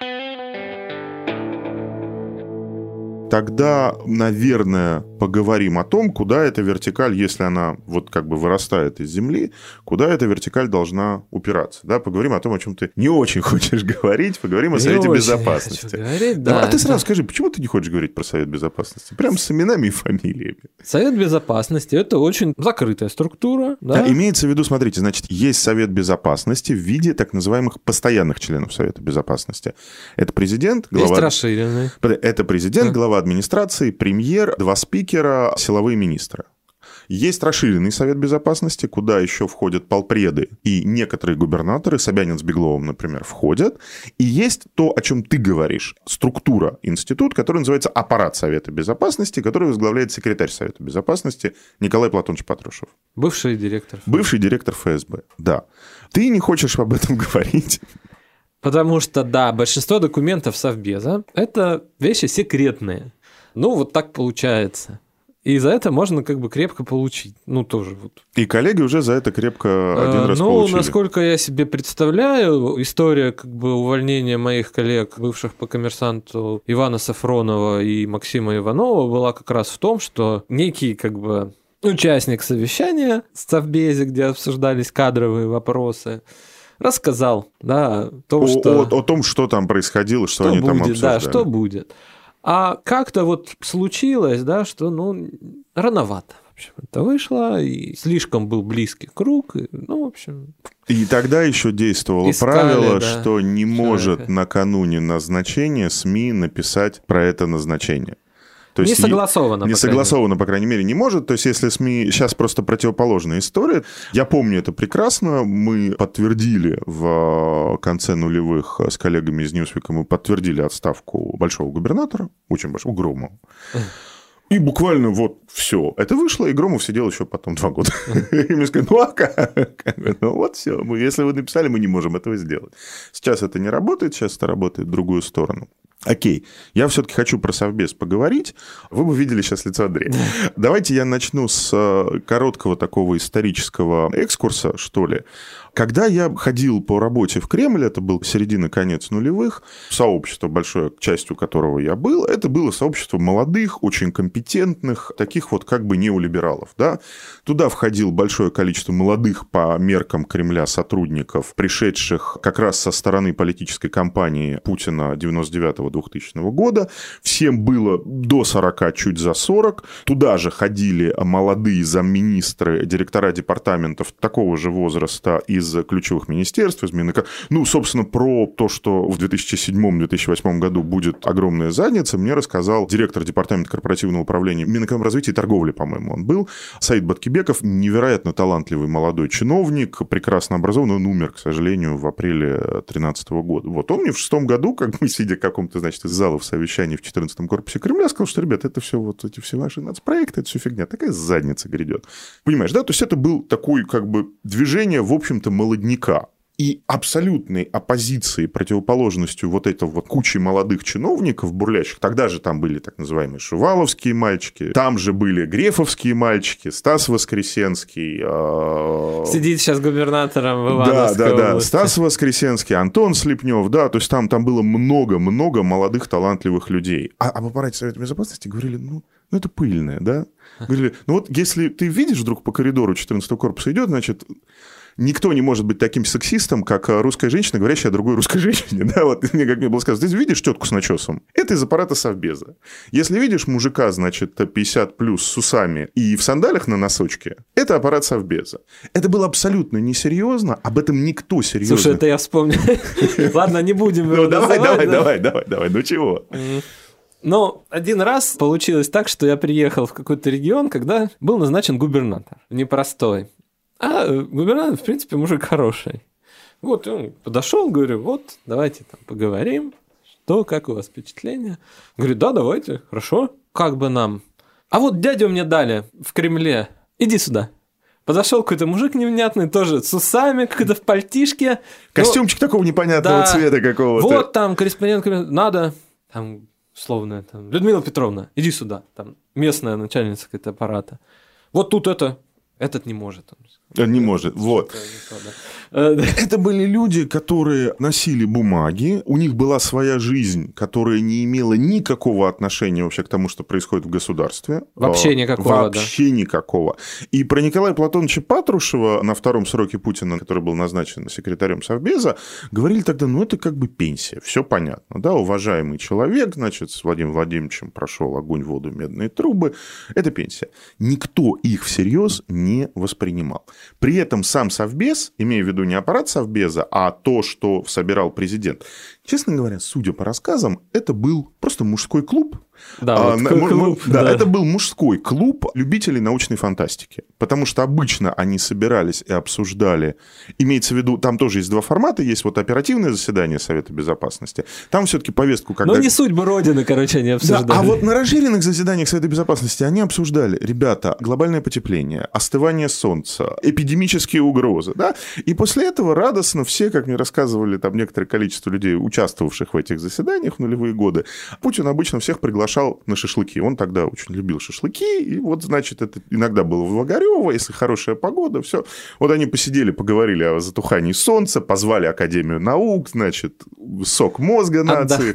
B: Тогда, наверное, поговорим о том, куда эта вертикаль, если она вот как бы вырастает из земли, куда эта вертикаль должна упираться. Да? Поговорим о том, о чем ты не очень хочешь говорить, поговорим о Совете Безопасности.
C: Говорить, да.
B: А ты сразу скажи, почему ты не хочешь говорить про Совет Безопасности? Прям с именами и фамилиями.
C: Совет Безопасности – это очень закрытая структура. Да?
B: Да, имеется в виду, смотрите, значит, есть Совет Безопасности в виде так называемых постоянных членов Совета Безопасности. Это президент, глава...
C: Есть расширенный.
B: Это президент, глава администрации, премьер, 2 спикера, силовые министры. Есть расширенный Совет Безопасности, куда еще входят полпреды и некоторые губернаторы, Собянин с Бегловым, например, входят. И есть то, о чем ты говоришь, структура, институт, который называется аппарат Совета Безопасности, который возглавляет секретарь Совета Безопасности Николай Платонович Патрушев.
C: Бывший директор.
B: Бывший директор ФСБ, да. Ты не хочешь об этом говорить?
C: Потому что, да, большинство документов Совбеза – это вещи секретные. Ну, вот так получается. И за это можно как бы крепко получить. Ну, тоже вот.
B: И коллеги уже за это крепко один раз получили.
C: Ну, насколько я себе представляю, история как бы увольнения моих коллег, бывших по коммерсанту Ивана Сафронова и Максима Иванова, была как раз в том, что некий как бы участник совещания в Совбезе, где обсуждались кадровые вопросы, рассказал, да,
B: о том, что там происходило, что они там обсуждали.
C: Да, что будет. А как-то вот случилось, да, что, рановато. В общем, это вышло, и слишком был близкий круг, и, в общем...
B: И тогда еще действовало правило, да, что не может накануне назначения СМИ написать про это назначение. То есть
C: не согласовано,
B: по крайней мере, не может. То есть, если СМИ... Сейчас просто противоположная история. Я помню это прекрасно. Мы подтвердили в конце нулевых с коллегами из Ньюсвика, мы подтвердили отставку большого губернатора, очень большого, Громова. И буквально вот все. Это вышло, и Громов сидел еще потом 2 года. И мне сказали, а как? Вот все. Если вы написали, мы не можем этого сделать. Сейчас это не работает, сейчас это работает в другую сторону. Окей, я все-таки хочу про Совбез поговорить. Вы бы видели сейчас лицо Андрея. Давайте я начну с короткого такого исторического экскурса, что ли. Когда я ходил по работе в Кремль, это был середина-конец нулевых, сообщество, большой частью которого я был, это было сообщество молодых, очень компетентных, таких вот как бы неолибералов. Да? Туда входило большое количество молодых по меркам Кремля сотрудников, пришедших как раз со стороны политической кампании Путина 99-2000 года. Всем было до 40, чуть за 40. Туда же ходили молодые замминистры, директора департаментов такого же возраста из ключевых министерств, из Минэкономики. Собственно, про то, что в 2007-2008 году будет огромная задница, мне рассказал директор департамента корпоративного управления Минэкономразвития и торговли, по-моему, он был, Саид Баткибеков, невероятно талантливый молодой чиновник, прекрасно образованный, он умер, к сожалению, в апреле 2013 года. Вот он мне в 2006 году, как мы, сидя в каком-то, значит, из залов совещаний в 14-м корпусе Кремля, сказал, что, ребята, это все вот эти все ваши нацпроекты, это все фигня, такая задница грядет. Понимаешь, да? То есть это был такой, как бы, движение, в общем-то, молодняка. И абсолютной оппозицией, противоположностью вот этой вот кучи молодых чиновников бурлящих, тогда же там были так называемые шуваловские мальчики, там же были грефовские мальчики, Стас Воскресенский.
C: Сидит сейчас губернатором в Ивановской области.
B: Стас Воскресенский, Антон Слепнев, да, то есть там было много-много молодых талантливых людей. А об аппарате Совета Безопасности говорили, это пыльное, да? Говорили, вот если ты видишь вдруг по коридору 14-го корпуса идет, значит... никто не может быть таким сексистом, как русская женщина, говорящая о другой русской женщине. Да, вот мне, как мне было сказано, ты видишь тетку с начесом? Это из аппарата Совбеза. Если видишь мужика, значит, 50 плюс с усами и в сандалях на носочке, это аппарат Совбеза. Это было абсолютно несерьезно, об этом никто серьезно...
C: Слушай, это я вспомнил. Ладно, не будем его
B: называть. Давай, ну чего?
C: Но один раз получилось так, что я приехал в какой-то регион, когда был назначен губернатор. Непростой. А губернатор, в принципе, мужик хороший. Вот он подошел, говорю, вот, давайте там поговорим. Что, как у вас впечатление? Говорит, да, давайте, хорошо. Как бы нам? А вот дядю мне дали в Кремле. Иди сюда. Подошел какой-то мужик невнятный, тоже с усами, какой-то в пальтишке.
B: Костюмчик такого непонятного цвета какого-то.
C: Вот там корреспондент, надо, там, условно, там, Людмила Петровна, иди сюда, там, местная начальница какого-то аппарата. Вот тут этот не может.
B: Не может, вот. Это были люди, которые носили бумаги, у них была своя жизнь, которая не имела никакого отношения вообще к тому, что происходит в государстве.
C: Вообще никакого,
B: Вообще никакого. И про Николая Платоновича Патрушева на втором сроке Путина, который был назначен секретарем Совбеза, говорили тогда, ну, это как бы пенсия, все понятно, да, уважаемый человек, значит, с Владимиром Владимировичем прошел огонь, воду, медные трубы, это пенсия. Никто их всерьез не воспринимал. При этом сам Совбез, имея в виду не аппарат Совбеза, а то, что собирал президент, честно говоря, судя по рассказам, это был просто мужской клуб.
C: Да, клуб,
B: да, это был мужской клуб любителей научной фантастики. Потому что обычно они собирались и обсуждали, имеется в виду, там тоже есть два формата, есть вот оперативное заседание Совета Безопасности, там все-таки повестку... Когда...
C: Но не судьбы Родины, короче, они обсуждали.
B: Да, а вот на расширенных заседаниях Совета Безопасности они обсуждали, ребята, глобальное потепление, остывание Солнца, эпидемические угрозы, да, и после этого радостно все, как мне рассказывали там некоторое количество людей, участвовавших в этих заседаниях в нулевые годы, Путин обычно всех приглашал на шашлыки. Он тогда очень любил шашлыки, и вот, значит, это иногда было в Вагарево, если хорошая погода, все. Вот они посидели, поговорили о затухании Солнца, позвали Академию наук, значит, сок мозга нации.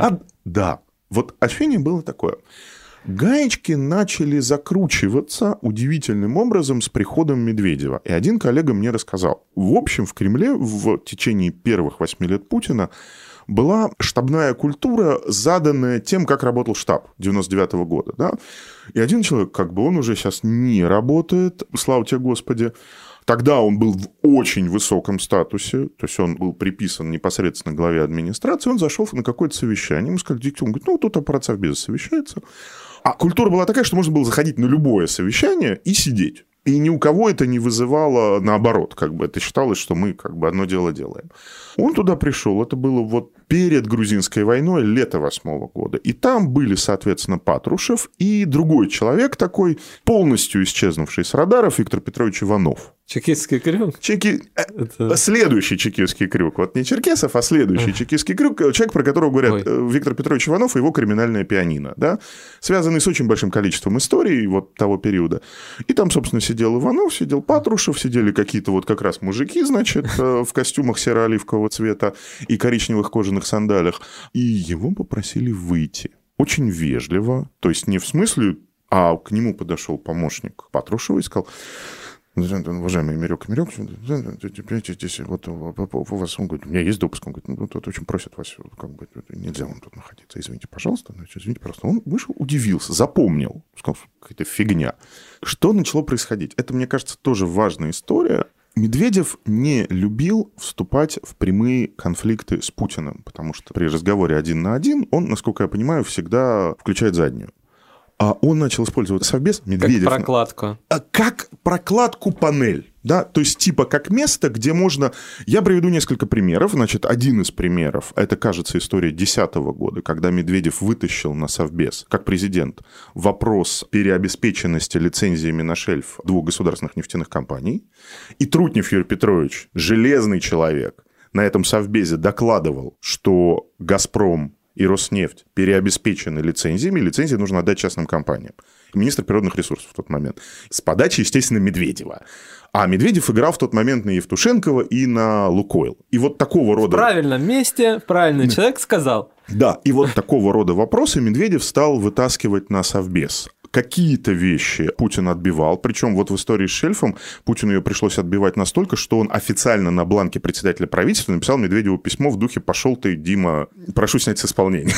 B: Да, вот ощущение было такое. Гаечки начали закручиваться удивительным образом с приходом Медведева. И один коллега мне рассказал. В общем, в Кремле в течение первых 8 лет Путина была штабная культура, заданная тем, как работал штаб 99 года. Да? И один человек, как бы он уже сейчас не работает, слава тебе, Господи. Тогда он был в очень высоком статусе, то есть он был приписан непосредственно главе администрации, он зашел на какое-то совещание, ему сказали, он говорит, ну, тут аппарат Совбеза совещается. А культура была такая, что можно было заходить на любое совещание и сидеть. И ни у кого это не вызывало наоборот, как бы это считалось, что мы как бы одно дело делаем. Он туда пришел, это было вот перед грузинской войной, лето 2008 года. И там были, соответственно, Патрушев и другой человек такой, полностью исчезнувший с радаров, Виктор Петрович Иванов.
C: Чекистский крюк?
B: Следующий чекистский крюк. Вот не Черкесов, а следующий чекистский крюк. Человек, про которого говорят Виктор Петрович Иванов и его криминальное пианино. Да? Связанный с очень большим количеством историй вот того периода. И там, собственно, сидел Иванов, сидел Патрушев, сидели какие-то вот как раз мужики, значит, в костюмах серо-оливкового цвета и коричневых кожаных сандалях. И его попросили выйти. Очень вежливо. То есть не в смысле, а к нему подошел помощник Патрушева и сказал... Уважаемый Мирёк, здесь вот у вас, он говорит, у меня есть допуск, он говорит, ну, тут очень просят вас, как бы, нельзя вам тут находиться, извините, пожалуйста, извините, пожалуйста. Он вышел, удивился, запомнил, сказал, какая-то фигня. Что начало происходить? Это, мне кажется, тоже важная история. Медведев не любил вступать в прямые конфликты с Путиным, потому что при разговоре 1 на 1 он, насколько я понимаю, всегда включает заднюю. А он начал использовать Совбез, Медведев...
C: Как прокладку.
B: Как прокладку-панель. Да? То есть, типа, как место, где можно... Я приведу несколько примеров. Значит, один из примеров, это, кажется, история 2010 года, когда Медведев вытащил на Совбез, как президент, вопрос переобеспеченности лицензиями на шельф 2 государственных нефтяных компаний. И Трутнев Юрий Петрович, железный человек, на этом Совбезе докладывал, что «Газпром» и Роснефть переобеспечены лицензиями, лицензии нужно отдать частным компаниям. Министр природных ресурсов в тот момент. С подачи, естественно, Медведева. А Медведев играл в тот момент на Евтушенкова и на Лукойл. И вот такого рода...
C: В правильном месте правильный человек сказал.
B: Да, и вот такого рода вопросы Медведев стал вытаскивать на Совбез. Какие-то вещи Путин отбивал, причем вот в истории с шельфом Путину ее пришлось отбивать настолько, что он официально на бланке председателя правительства написал Медведеву письмо в духе «Пошел ты, Дима, прошу снять с исполнения».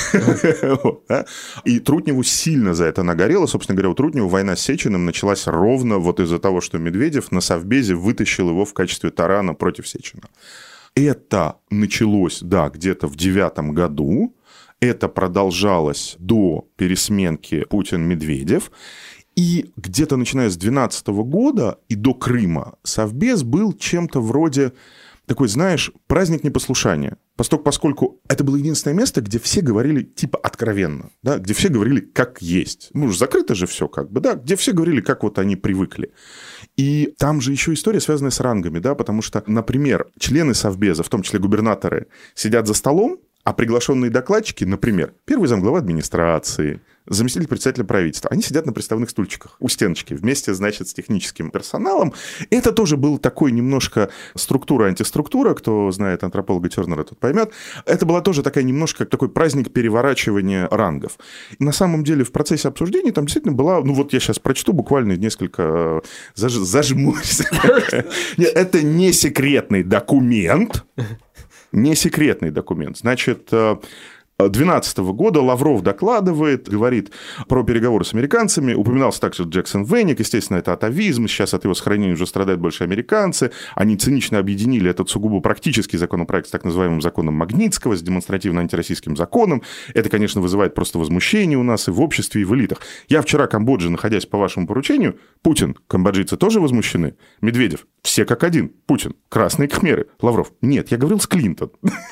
B: И Трутневу сильно за это нагорело. Собственно говоря, у Трутнева война с Сечиным началась ровно вот из-за того, что Медведев на Совбезе вытащил его в качестве тарана против Сечина. Это началось, да, где-то в 2009 году. Это продолжалось до пересменки Путин-Медведев. И где-то начиная с 2012 года и до Крыма Совбез был чем-то вроде такой, знаешь, праздник непослушания. Поскольку это было единственное место, где все говорили типа откровенно, да, где все говорили как есть. Ну, уж закрыто же все как бы, да, где все говорили, как вот они привыкли. И там же еще история, связанная с рангами, да, потому что, например, члены Совбеза, в том числе губернаторы, сидят за столом, а приглашенные докладчики, например, первый замглавы администрации, заместитель председателя правительства, они сидят на приставных стульчиках у стеночки вместе, значит, с техническим персоналом. Это тоже был такой немножко структура-антиструктура, кто знает антрополога Тернера, тот поймет. Это была тоже такая немножко такой праздник переворачивания рангов. И на самом деле в процессе обсуждений там действительно была, ну вот я сейчас прочту буквально несколько, зажмурься. Это не секретный документ. Не секретный документ. Значит, 2012 года Лавров докладывает, говорит про переговоры с американцами. Упоминался также Джексон Веник. Естественно, это атавизм. Сейчас от его сохранения уже страдают больше американцы. Они цинично объединили этот сугубо практический законопроект с так называемым законом Магнитского, с демонстративно антироссийским законом. Это, конечно, вызывает просто возмущение у нас и в обществе, и в элитах. Я вчера в Камбодже, находясь по вашему поручению, Путин, камбоджийцы тоже возмущены. Медведев, все как один. Путин, красные кхмеры. Лавров, нет, я говорил с Клинтон.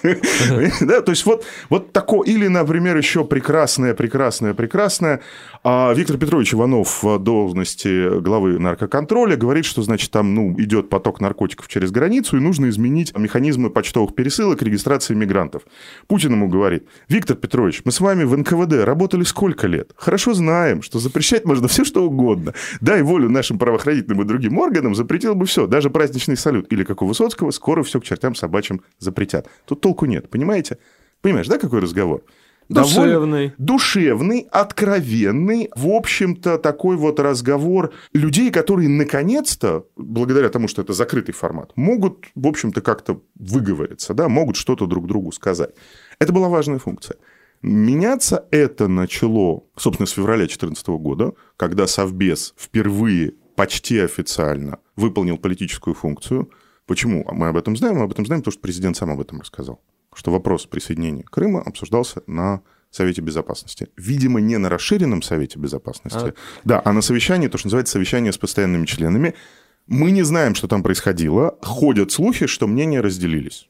B: То есть вот такое. Или, например, еще прекрасная Виктор Петрович Иванов в должности главы наркоконтроля говорит, что, значит, там идет поток наркотиков через границу, и нужно изменить механизмы почтовых пересылок, регистрации мигрантов. Путин ему говорит: Виктор Петрович, мы с вами в НКВД работали сколько лет? Хорошо знаем, что запрещать можно все, что угодно. Дай волю нашим правоохранительным и другим органам, запретил бы все, даже праздничный салют. Или, как у Высоцкого, скоро все к чертям собачьим запретят. Тут толку нет, понимаете? Понимаешь, да, какой разговор? Душевный, откровенный, в общем-то, такой вот разговор людей, которые, наконец-то, благодаря тому, что это закрытый формат, могут, в общем-то, как-то выговориться, да, могут что-то друг другу сказать. Это была важная функция. Меняться это начало, собственно, с февраля 2014 года, когда Совбез впервые почти официально выполнил политическую функцию. Почему мы об этом знаем? Мы об этом знаем, потому что президент сам об этом рассказал. Что вопрос присоединения Крыма обсуждался на Совете Безопасности. Видимо, не на расширенном Совете Безопасности, а на совещании, то, что называется совещание с постоянными членами. Мы не знаем, что там происходило. Ходят слухи, что мнения разделились.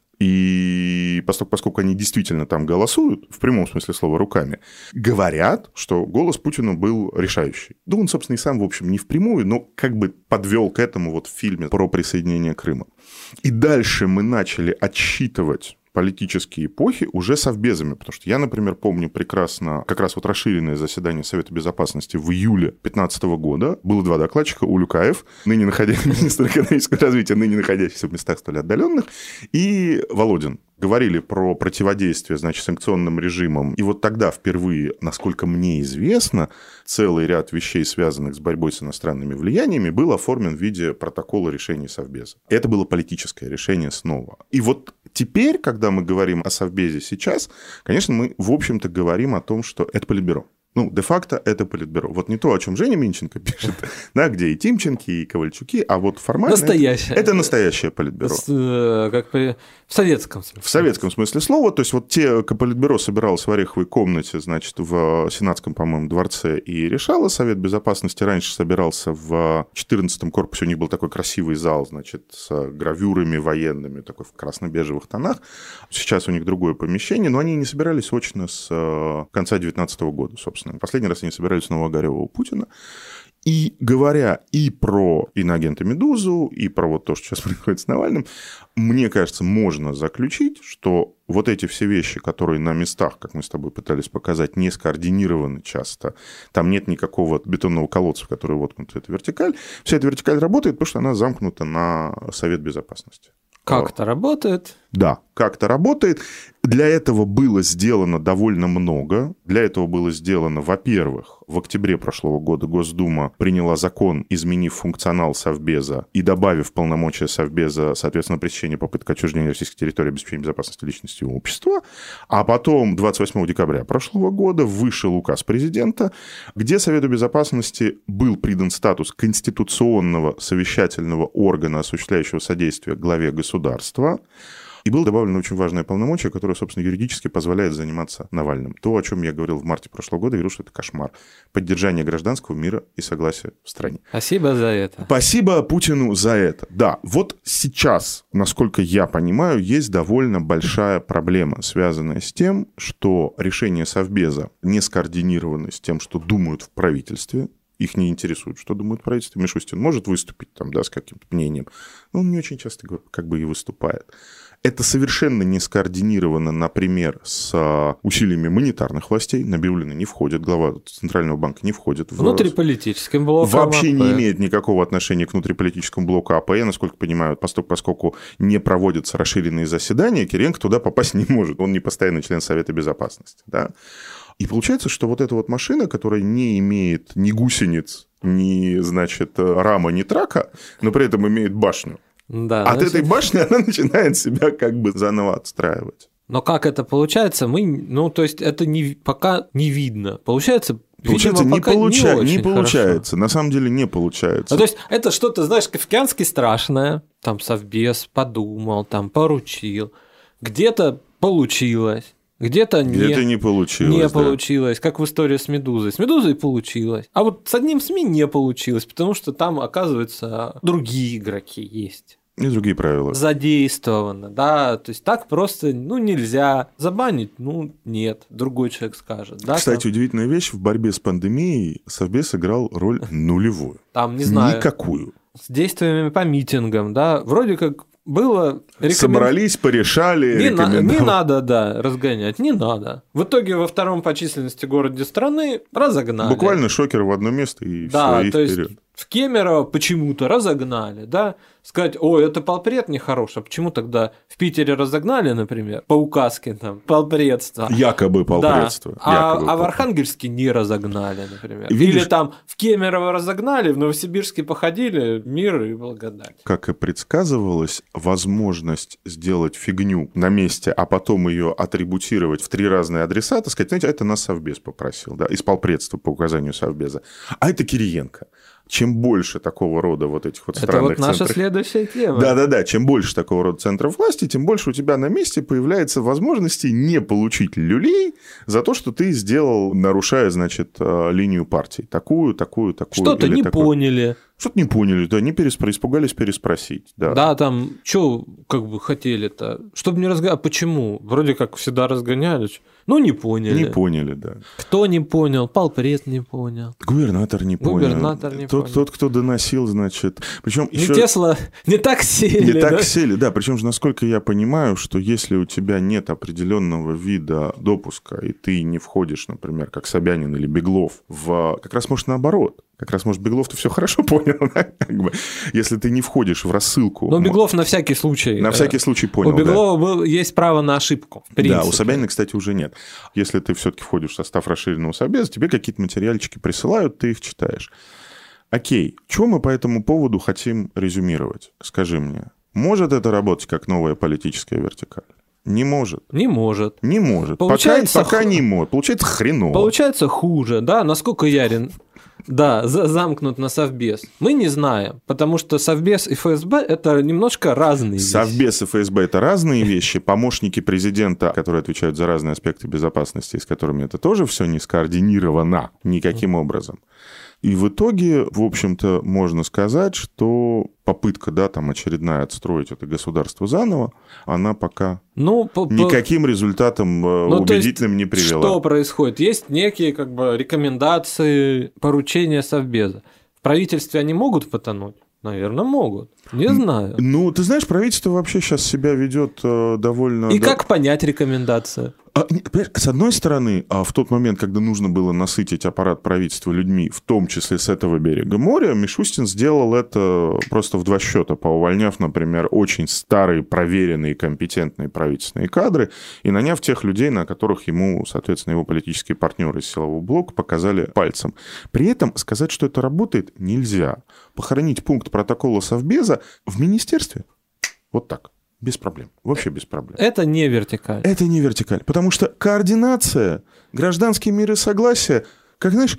B: И поскольку они действительно там голосуют, в прямом смысле слова, руками, говорят, что голос Путина был решающий. Да он, собственно, и сам, в общем, не впрямую, но как бы подвел к этому вот в фильме про присоединение Крыма. И дальше мы начали отсчитывать политические эпохи уже совбезами, потому что я, например, помню прекрасно как раз вот расширенное заседание Совета Безопасности в июле 2015 года. Было два докладчика: Улюкаев, ныне министр экономического развития, ныне находящийся в местах столь отдаленных, и Володин. Говорили про противодействие, значит, санкционным режимам. И вот тогда впервые, насколько мне известно, целый ряд вещей, связанных с борьбой с иностранными влияниями, был оформлен в виде протокола решений Совбеза. Это было политическое решение снова. И вот теперь, когда мы говорим о Совбезе сейчас, конечно, мы, в общем-то, говорим о том, что это Политбюро. Де-факто это Политбюро. Вот не то, о чем Женя Минченко пишет, да, где и Тимченки, и Ковальчуки, а вот формально это настоящее Политбюро.
C: Как в советском смысле.
B: В советском смысле слова. То есть вот Политбюро собиралось в Ореховой комнате, значит, в Сенатском, по-моему, дворце и решало. Совет Безопасности раньше собирался в 14-м корпусе. У них был такой красивый зал, значит, с гравюрами военными, такой в красно-бежевых тонах. Сейчас у них другое помещение, но они не собирались очно с конца 2019 года, собственно. Последний раз они собирались снова Огарева у Путина. И говоря и про иноагента Медузу, и про вот то, что сейчас происходит с Навальным, мне кажется, можно заключить, что вот эти все вещи, которые на местах, как мы с тобой пытались показать, не скоординированы часто, там нет никакого бетонного колодца, в который воткнута эта вертикаль, вся эта вертикаль работает, потому что она замкнута на Совет Безопасности.
C: Как это работает?
B: Да. как-то работает. Для этого было сделано довольно много. Для этого было сделано, во-первых, в октябре прошлого года Госдума приняла закон, изменив функционал Совбеза и добавив полномочия Совбеза, соответственно, пресечение попыток отчуждения российской территории, обеспечения безопасности личности общества. А потом 28 декабря прошлого года вышел указ президента, где Совету Безопасности был придан статус конституционного совещательного органа, осуществляющего содействие главе государства. И было добавлено очень важное полномочие, которое, собственно, юридически позволяет заниматься Навальным. То, о чем я говорил в марте прошлого года, говорил, что это кошмар. Поддержание гражданского мира и согласия в стране.
C: Спасибо за это.
B: Спасибо Путину за это. Да, вот сейчас, насколько я понимаю, есть довольно большая проблема, связанная с тем, что решения Совбеза не скоординированы с тем, что думают в правительстве. Их не интересует, что думает правительство. Мишустин может выступить там, да, с каким-то мнением, но он не очень часто как бы и выступает. Это совершенно не скоординировано, например, с усилиями монетарных властей. Набиуллина не входит, глава Центрального банка не входит.
C: Внутриполитическим блоком
B: вообще АП. Не имеет никакого отношения к внутриполитическому блоку АП. Я, насколько понимаю, поскольку не проводятся расширенные заседания, Кириенко туда попасть не может. Он не постоянный член Совета Безопасности. Да? И получается, что вот эта вот машина, которая не имеет ни гусениц, ни, значит, рама, ни трака, но при этом имеет башню,
C: да,
B: от этой башни она начинает себя как бы заново отстраивать.
C: Но как это получается, то есть это пока не видно. Получается,
B: видимо,
C: не
B: получается.
C: Хорошо.
B: На самом деле не получается.
C: То есть это что-то, знаешь, кафкиански страшное. Там Совбез подумал, там поручил. Где-то получилось. Где-то
B: не получилось.
C: Не получилось, как в истории с Медузой. С Медузой получилось. А вот с одним СМИ не получилось, потому что там, оказывается, другие игроки есть.
B: И другие правила.
C: Задействовано, да. То есть так просто, нельзя забанить, нет. Другой человек скажет. Да,
B: кстати, удивительная вещь, в борьбе с пандемией Совбез играл роль нулевую.
C: Там, не знаю.
B: Никакую.
C: С действиями по митингам, да. Вроде как было...
B: Собрались, порешали,
C: не надо, да, разгонять, не надо. В итоге во втором по численности городе страны разогнали.
B: Буквально шокер в одно место и
C: да,
B: все, и
C: то
B: вперед.
C: Есть в Кемерово почему-то разогнали, да, сказать, это полпред нехорош, а почему тогда в Питере разогнали, например, по указке там, полпредства.
B: Якобы полпредство.
C: Да, а в Архангельске не разогнали, например. Видишь, или там в Кемерово разогнали, в Новосибирске походили, мир и благодать.
B: Как и предсказывалось, возможность сделать фигню на месте, а потом ее атрибутировать в 3 разные адресата, сказать, знаете, это нас Совбез попросил, да, из полпредства по указанию Совбеза. А это Кириенко. Чем больше такого рода вот этих вот странных центров...
C: Это вот наша следующая тема.
B: Да-да-да, чем больше такого рода центров власти, тем больше у тебя на месте появляется возможности не получить люлей за то, что ты сделал, нарушая, значит, линию партии. Такую.
C: Что-то не поняли.
B: Что-то не поняли, да, испугались переспросить.
C: Да, там, что как бы хотели-то? Чтобы не разгонять. А почему? Вроде как всегда разгоняли. Не поняли.
B: Не поняли, да.
C: Кто не понял? Полпред не понял.
B: Губернатор не понял. Тот, кто доносил, значит... Причем еще...
C: Тесла не так сели.
B: Не так сели, да. Причем же, насколько я понимаю, что если у тебя нет определенного вида допуска, и ты не входишь, например, как Собянин или Беглов, как раз может наоборот. Как раз, может, Беглов-то все хорошо понял, да? Если ты не входишь в рассылку...
C: Но Беглов на всякий случай...
B: На всякий случай понял,
C: у Беглова есть право на ошибку, в принципе.
B: Да, у Собянина, кстати, уже нет. Если ты все-таки входишь в состав расширенного Совбеза, тебе какие-то материальчики присылают, ты их читаешь. Окей, что мы по этому поводу хотим резюмировать? Скажи мне, может это работать как новая политическая вертикаль? Не может.
C: Не может.
B: Не может.
C: Получается,
B: пока не может. Получается хреново.
C: Получается хуже, да? Насколько Ярин... Да, замкнут на Совбез. Мы не знаем, потому что Совбез и ФСБ – это немножко разные вещи.
B: Совбез и ФСБ – это разные вещи. Помощники президента, которые отвечают за разные аспекты безопасности, с которыми это тоже все не скоординировано никаким образом. И в итоге, в общем-то, можно сказать, что попытка, да, там очередная отстроить это государство заново, она пока никаким результатом убедительным не привела.
C: Что происходит? Есть некие рекомендации, поручения Совбеза. В правительстве они могут потонуть? Наверное, могут. Не знаю.
B: Ты знаешь, правительство вообще сейчас себя ведет довольно...
C: И как понять рекомендацию?
B: С одной стороны, в тот момент, когда нужно было насытить аппарат правительства людьми, в том числе с этого берега моря, Мишустин сделал это просто в 2 счета, поувольняв, например, очень старые, проверенные, компетентные правительственные кадры и наняв тех людей, на которых ему, соответственно, его политические партнеры из силового блока показали пальцем. При этом сказать, что это работает, нельзя. Похоронить пункт протокола Совбеза в министерстве вот так. Без проблем. Вообще без проблем.
C: Это не вертикаль.
B: Это не вертикаль. Потому что координация, гражданский мир и согласие, как, знаешь...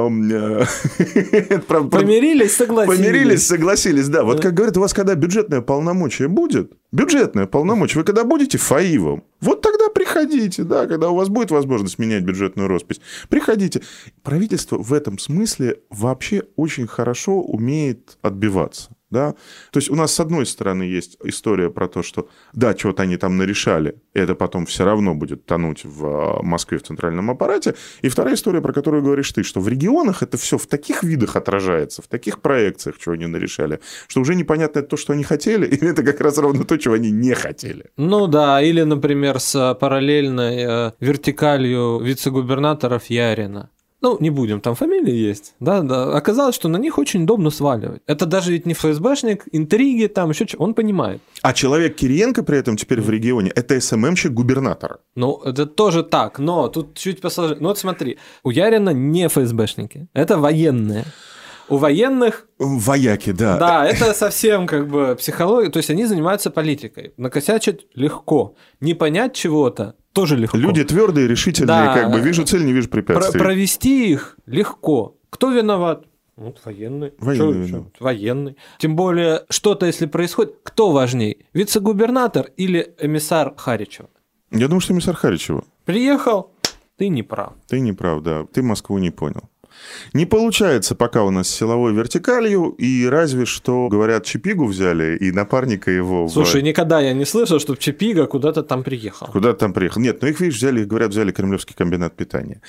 C: Помирились, согласились.
B: Помирились, согласились, да. Вот как говорят, у вас когда бюджетное полномочие будет, бюджетное полномочие, вы когда будете ФАИВом, вот тогда приходите, да, когда у вас будет возможность менять бюджетную роспись, приходите. Правительство в этом смысле вообще очень хорошо умеет отбиваться. Да? То есть у нас, с одной стороны, есть история про то, что да, чего-то они там нарешали, и это потом все равно будет тонуть в Москве, в центральном аппарате. И вторая история, про которую говоришь ты, что в регионах это все в таких видах отражается, в таких проекциях, чего они нарешали, что уже непонятно, это то, что они хотели, или это как раз ровно то, чего они не хотели.
C: Ну да, или, например, с параллельной вертикалью вице-губернаторов Ярина. Ну, не будем, там фамилии есть, да. Оказалось, что на них очень удобно сваливать. Это даже ведь не ФСБшник, интриги, там еще что-то, он понимает.
B: А человек Кириенко при этом теперь в регионе – это СММщик губернатора.
C: Ну, это тоже так, но тут чуть посложнее. Ну, вот смотри, у Ярина не ФСБшники, это военные. У военных...
B: Вояки, да.
C: Да, это совсем как бы психология, то есть они занимаются политикой. Накосячить легко, не понять чего-то тоже легко.
B: Люди твердые, решительные, да, как бы вижу цель, не вижу препятствий.
C: Провести их легко. Кто виноват? Вот военный. Военный. Тем более, что-то если происходит, кто важней? Вице-губернатор или эмиссар Харичева?
B: Я думаю, что эмиссар Харичева.
C: Приехал, ты не прав.
B: Ты не прав, да. Ты Москву не понял. Не получается пока у нас с силовой вертикалью, и разве что, говорят, Чапигу взяли, и напарника его...
C: Слушай, никогда я не слышал, чтобы Чапига куда-то там приехал.
B: Куда-то там приехал. Нет, ну их, видишь, взяли Кремлевский комбинат питания.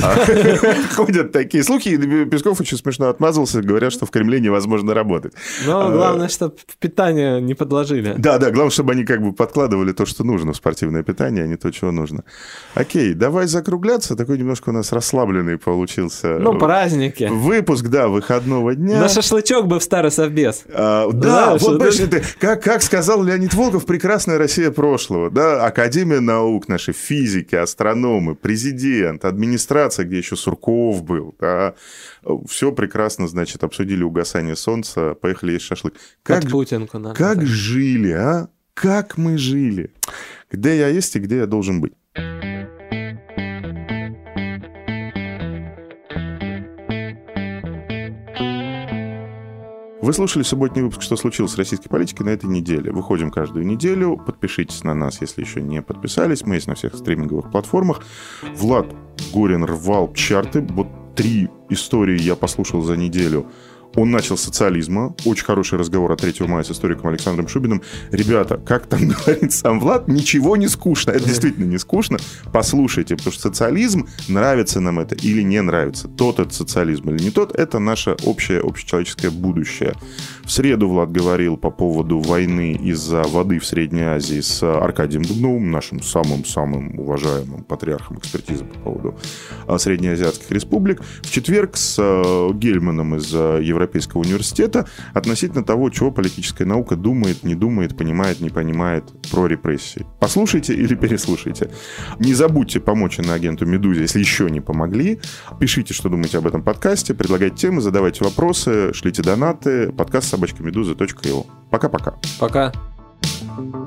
B: Ходят такие слухи, и Песков очень смешно отмазался, говорят, что в Кремле невозможно работать.
C: Но главное, чтобы питание не подложили.
B: Да, главное, чтобы они как бы подкладывали то, что нужно в спортивное питание, а не то, чего нужно. Окей, давай закругляться. Такой немножко у нас расслабленный получился...
C: Ну, праздники.
B: Выпуск, да, выходного дня.
C: На шашлычок бы в старый совбез.
B: Да, вот, понимаешь, как сказал Леонид Волков, прекрасная Россия прошлого. Да, Академия наук, наши физики, астрономы, президент, администрация, где еще Сурков был. Да, все прекрасно, значит, обсудили угасание солнца, поехали есть шашлык.
C: Под Путинку надо.
B: Как жили, а? Как мы жили? Где я есть и где я должен быть? Вы слушали субботний выпуск «Что случилось с российской политикой» на этой неделе. Выходим каждую неделю. Подпишитесь на нас, если еще не подписались. Мы есть на всех стриминговых платформах. Влад Горин рвал чарты. Вот 3 истории я послушал за неделю. Он начал с социализма. Очень хороший разговор от 3 мая с историком Александром Шубиным. Ребята, как там говорит сам Влад, ничего не скучно. Это действительно не скучно. Послушайте, потому что социализм, нравится нам это или не нравится, тот это социализм или не тот, это наше общечеловеческое будущее. В среду Влад говорил по поводу войны из-за воды в Средней Азии с Аркадием Дубновым, нашим самым-самым уважаемым патриархом экспертизы по поводу среднеазиатских республик. В четверг с Гельманом из Европейского университета относительно того, чего политическая наука думает, не думает, понимает, не понимает про репрессии. Послушайте или переслушайте. Не забудьте помочь иноагенту «Медузе», если еще не помогли. Пишите, что думаете об этом подкасте, предлагайте темы, задавайте вопросы, шлите донаты. Подкаст @meduza.io. Пока-пока.
C: Пока.